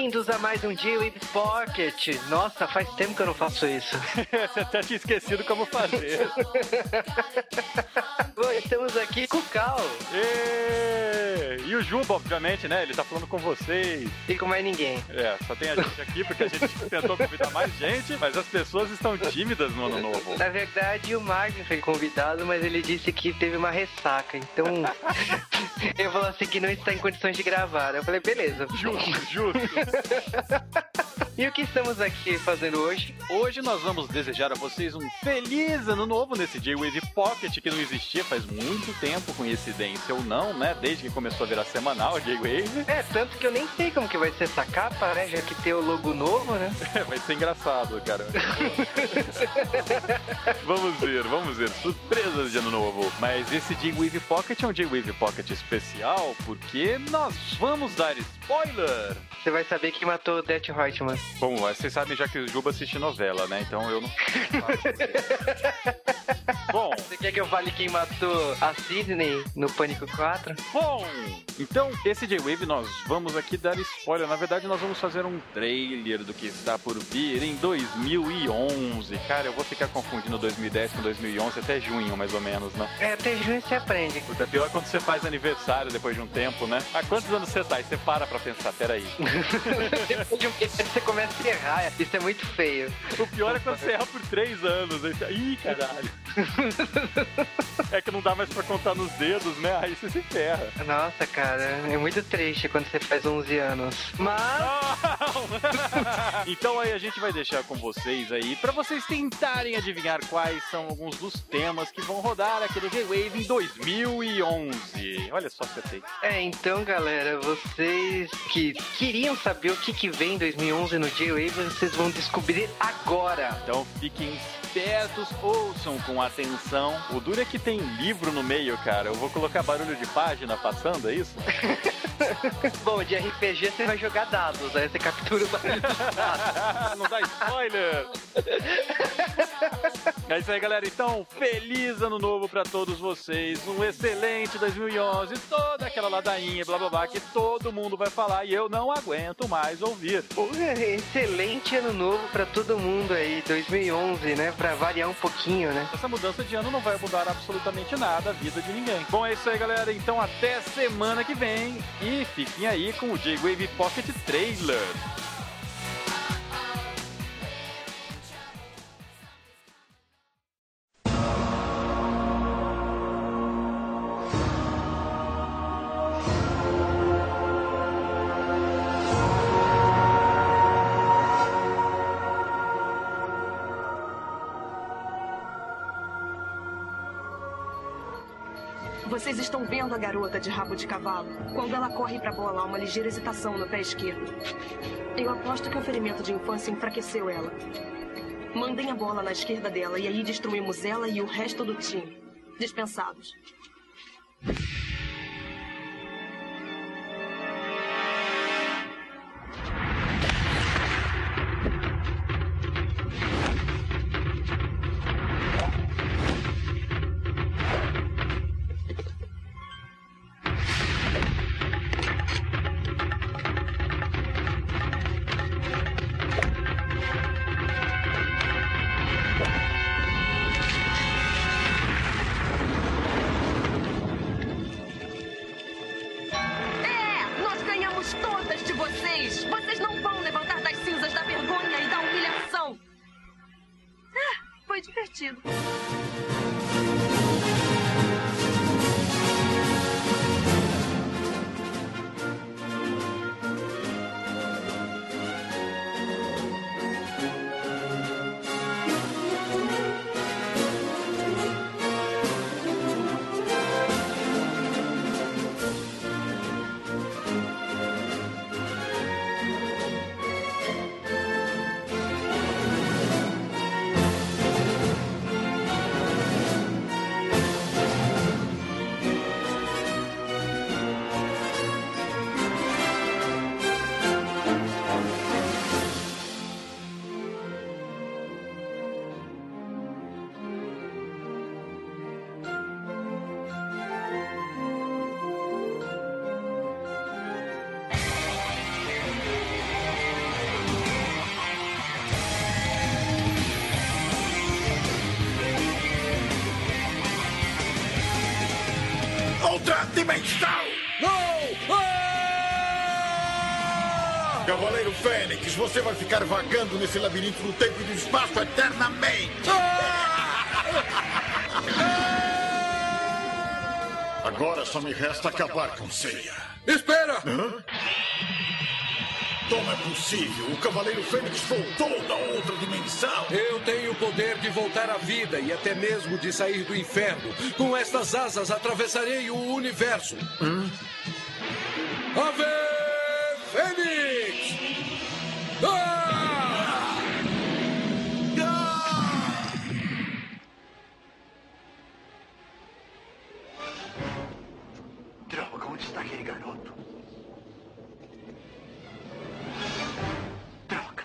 Bem-vindos a mais um J-Wave Pocket. Nossa, faz tempo que eu não faço isso. Você até tinha esquecido como fazer. Bom, estamos aqui com o Cal. E o Juba, obviamente, né? Ele tá falando com vocês. E com mais ninguém. Só tem a gente aqui, porque a gente tentou convidar mais gente, mas as pessoas estão tímidas no ano novo. Na verdade, o Marvin foi convidado, mas ele disse que teve uma ressaca. Então, ele falou assim que não está em condições de gravar. Eu falei, beleza. Justo. E o que estamos aqui fazendo hoje? Hoje nós vamos desejar a vocês um feliz ano novo nesse J-Wave Pocket que não existia faz muito tempo, coincidência ou não, né? Desde que começou a virar semanal a J-Wave. Tanto que eu nem sei como que vai ser essa capa, né? Já que tem o logo novo, né? Vai ser engraçado, cara. Vamos ver. Surpresas de ano novo. Mas esse J-Wave Pocket é um J-Wave Pocket especial porque nós vamos dar spoiler. Você vai saber quem matou o Death Reutemann. Bom, vocês sabem já que o Juba assiste novela, né? Então eu não... Bom... Você quer que eu fale quem matou a Sidney no Pânico 4? Bom, então esse J-Wave nós vamos aqui dar spoiler. Na verdade nós vamos fazer um trailer do que está por vir em 2011. Cara, eu vou ficar confundindo 2010 com 2011 até junho, mais ou menos, né? Até junho você aprende. Porque é pior quando você faz aniversário depois de um tempo, né? Há quantos anos você tá? E você para pra pensar, peraí. Depois de um tempo você começa a errar, isso é muito feio. O pior é quando você erra por 3 anos. Ih, caralho. É que não dá mais pra contar nos dedos, né? Aí você se ferra. Nossa, cara, é muito triste quando você faz 11 anos. Mas... Então aí a gente vai deixar com vocês aí, pra vocês tentarem adivinhar quais são alguns dos temas que vão rodar aqui no J-Wave em 2011. Olha só que eu tenho. Então, galera, vocês que queriam saber o que vem em 2011 no J-Wave, vocês vão descobrir agora. Então fiquem espertos, ouçam com atenção. O duro é que tem livro no meio, cara. Eu vou colocar barulho de página passando, é isso? Bom, de RPG você vai jogar dados, aí você captura o barulho dos dados. Não dá spoiler! É isso aí, galera. Então, feliz ano novo pra todos vocês. Um excelente 2011. Toda aquela ladainha, blá blá blá, que todo mundo vai falar e eu não aguento mais ouvir. Excelente ano novo pra todo mundo aí, 2011, né? Pra variar um pouquinho, né? Essa mudança de ano não vai mudar absolutamente nada a vida de ninguém. Bom, é isso aí, galera. Então, até semana que vem. E fiquem aí com o J-Wave Pocket Trailer. Vocês estão vendo a garota de rabo de cavalo? Quando ela corre pra bola, há uma ligeira hesitação no pé esquerdo. Eu aposto que o ferimento de infância enfraqueceu ela. Mandem a bola na esquerda dela e aí destruímos ela e o resto do time. Dispensados. Vocês não vão levantar das cinzas da vergonha e da humilhação. Foi divertido. ultradimensal! Não! Cavaleiro Fênix, você vai ficar vagando nesse labirinto do tempo e do espaço eternamente! Agora só me resta acabar com Seiya. Espera! Hã? Como é possível? O Cavaleiro Fênix voltou da outra dimensão! Eu tenho o poder de voltar à vida e até mesmo de sair do inferno. Com estas asas atravessarei o universo. Ave Fênix! Droga, onde está aquele garoto? Droga!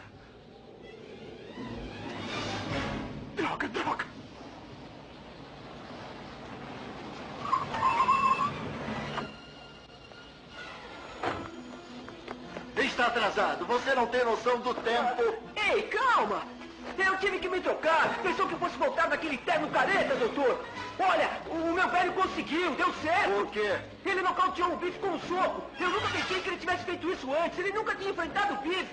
Droga, droga! Está atrasado. Você não tem noção do tempo. Ei, calma! Eu tive que me trocar. Pensou que eu fosse voltar naquele terno careta, doutor? Olha, o meu velho conseguiu, deu certo. Por quê? Ele nocauteou o Biff com um soco. Eu nunca pensei que ele tivesse feito isso antes. Ele nunca tinha enfrentado o Biff.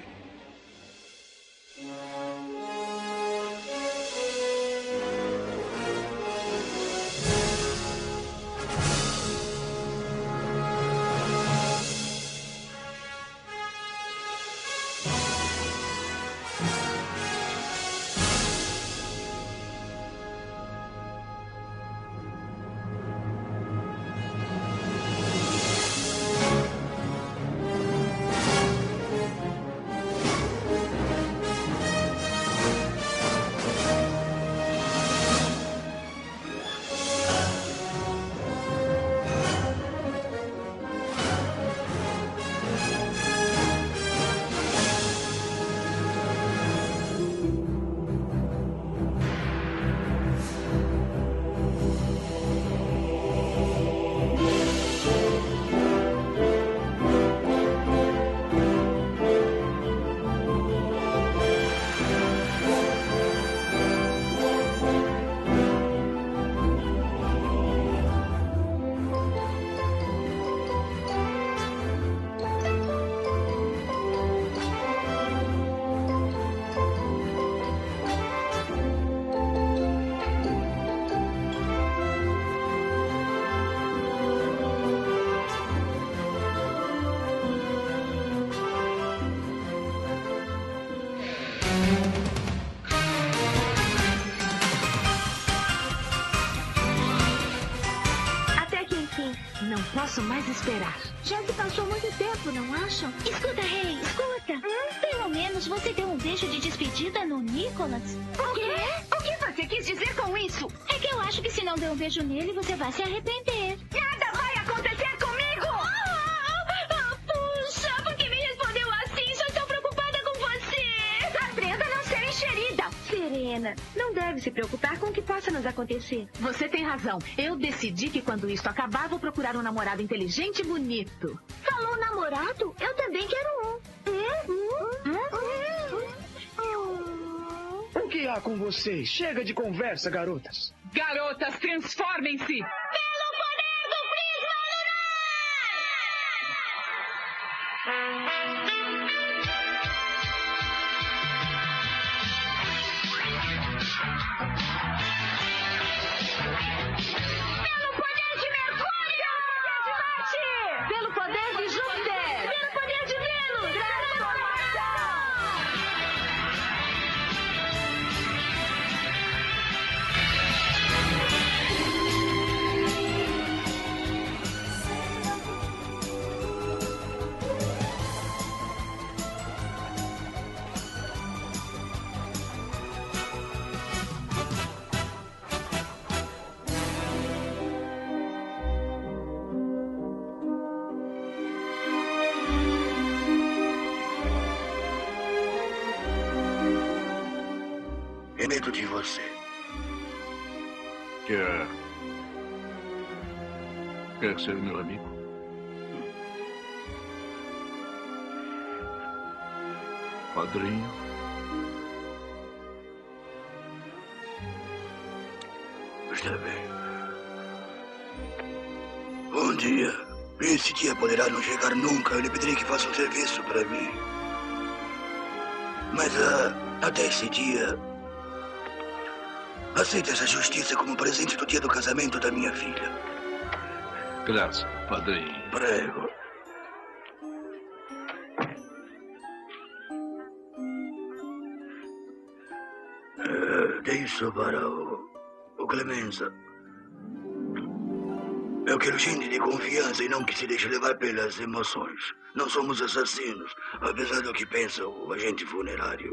Não posso mais esperar. Já se passou muito tempo, não acham? Escuta, Rei, escuta. Pelo menos você deu um beijo de despedida no Nicholas. O quê? O que você quis dizer com isso? É que eu acho que se não der um beijo nele, você vai se arrepender. Nada vai acontecer comigo! Puxa, por que me respondeu assim? Só estou preocupada com você. Aprenda a não ser enxerida. Serena, não deve se preocupar com o que possa nos acontecer. Você tem razão. Eu decidi que quando isto acabar, vou procurar um namorado inteligente e bonito. Falou namorado? Eu também quero um. O que há com vocês? Chega de conversa, garotas. Garotas, transformem-se! Pelo poder do Prisma Lunar! Pelo poder de Mercúrio! De Marte! Pelo poder de Júpiter! Pelo poder de Vênus! Transformação! É medo de você. Quer ser meu amigo? Padrinho? Está bem. Onde dia, e esse dia poderá não chegar nunca, eu lhe pedirei que faça um serviço para mim. Mas até esse dia, aceite essa justiça como presente do dia do casamento da minha filha. Graças, padrinho. Prego. Dê isso para o Clemenza. Eu quero gente de confiança e não que se deixe levar pelas emoções. Não somos assassinos, apesar do que pensa o agente funerário.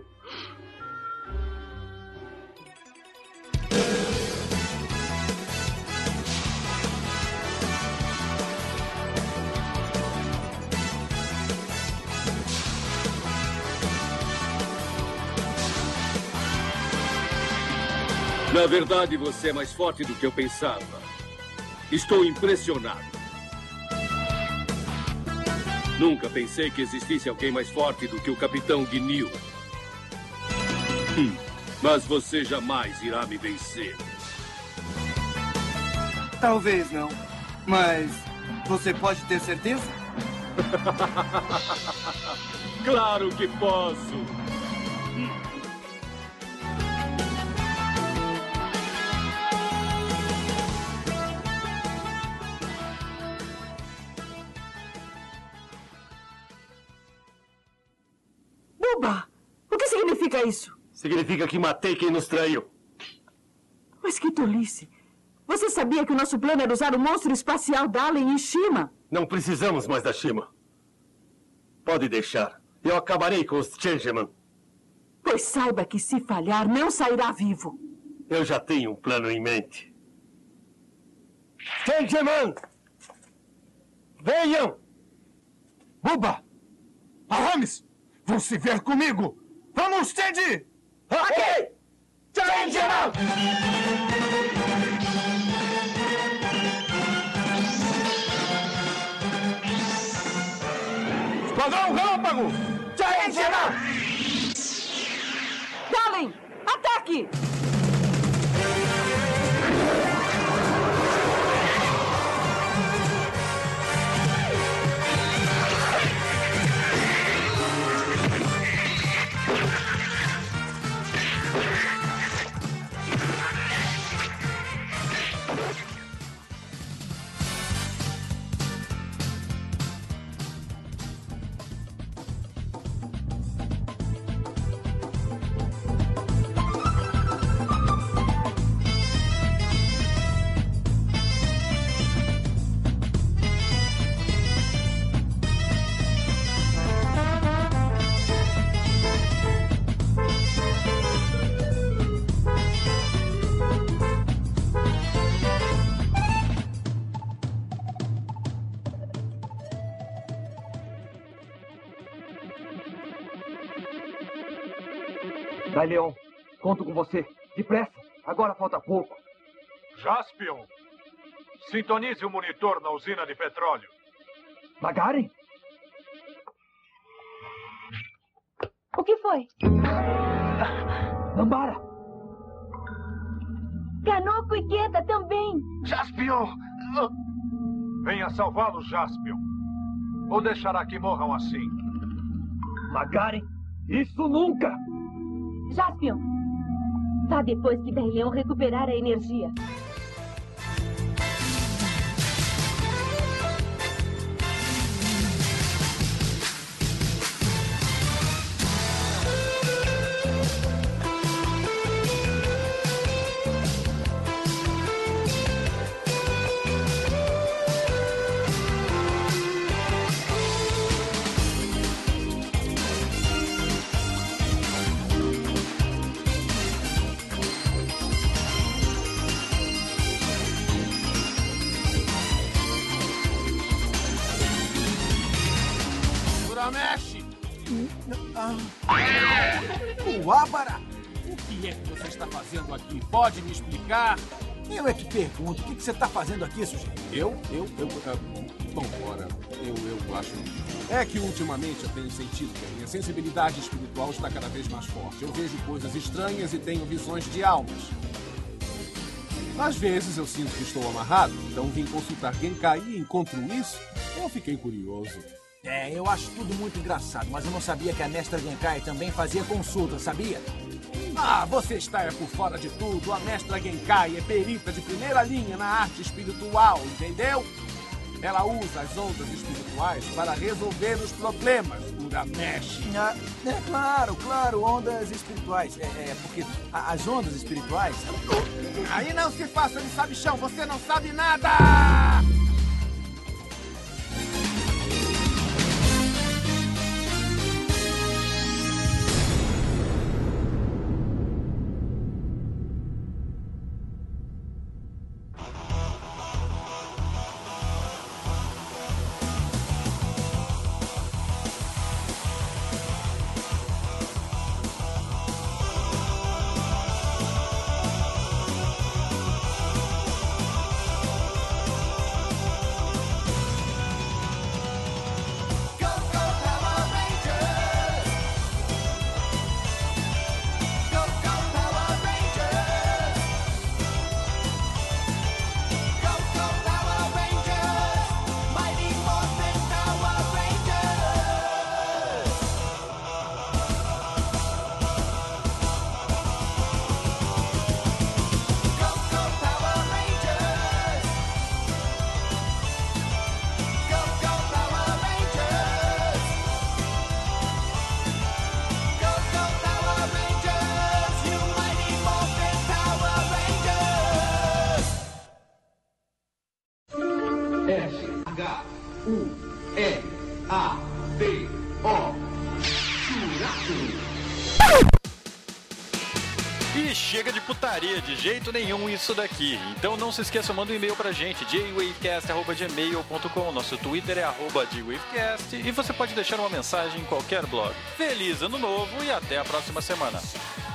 Na verdade, você é mais forte do que eu pensava. Estou impressionado. Nunca pensei que existisse alguém mais forte do que o Capitão Gnil. Mas você jamais irá me vencer. Talvez não. Mas você pode ter certeza? Claro que posso. Buba! O que significa isso? Significa que matei quem nos traiu. Mas que tolice! Você sabia que o nosso plano era usar o monstro espacial Dalen em Shima? Não precisamos mais da Shima. Pode deixar. Eu acabarei com os Changeman. Pois saiba que se falhar, não sairá vivo. Eu já tenho um plano em mente. Changeman! Venham! Buba! Aramis! Vão se ver comigo! Vamos, Teddy! Ok! Changeman! Esquadrão Relâmpago! Changeman! Dalen, ataque! Vai, Leon. Conto com você. Depressa. Agora falta pouco. Jaspion, sintonize o monitor na usina de petróleo. Magaren? O que foi? Nambara! Canoco e Queda também. Jaspion! Venha salvá-los, Jaspion. Ou deixará que morram assim? Magaren, isso nunca! Jaspion, vá depois que Leon recuperar a energia. Mexe! O Ábara! O que é que você está fazendo aqui? Pode me explicar? Eu é que pergunto. O que você está fazendo aqui, sujeito? Bom, ora, eu acho... É que ultimamente eu tenho sentido que a minha sensibilidade espiritual está cada vez mais forte. Eu vejo coisas estranhas e tenho visões de almas. Às vezes eu sinto que estou amarrado, então vim consultar Genkai e encontro isso. Eu fiquei curioso. Eu acho tudo muito engraçado, mas eu não sabia que a mestra Genkai também fazia consulta, sabia? Você está por fora de tudo. A mestra Genkai é perita de primeira linha na arte espiritual, entendeu? Ela usa as ondas espirituais para resolver os problemas, Urameshi. Claro, ondas espirituais. Porque as ondas espirituais... Aí não se faça de sabichão, você não sabe nada! E chega de putaria, de jeito nenhum isso daqui. Então não se esqueça, manda um e-mail pra gente, jwavecast@gmail.com. Nosso Twitter é @jwavecast e você pode deixar uma mensagem em qualquer blog. Feliz Ano Novo e até a próxima semana.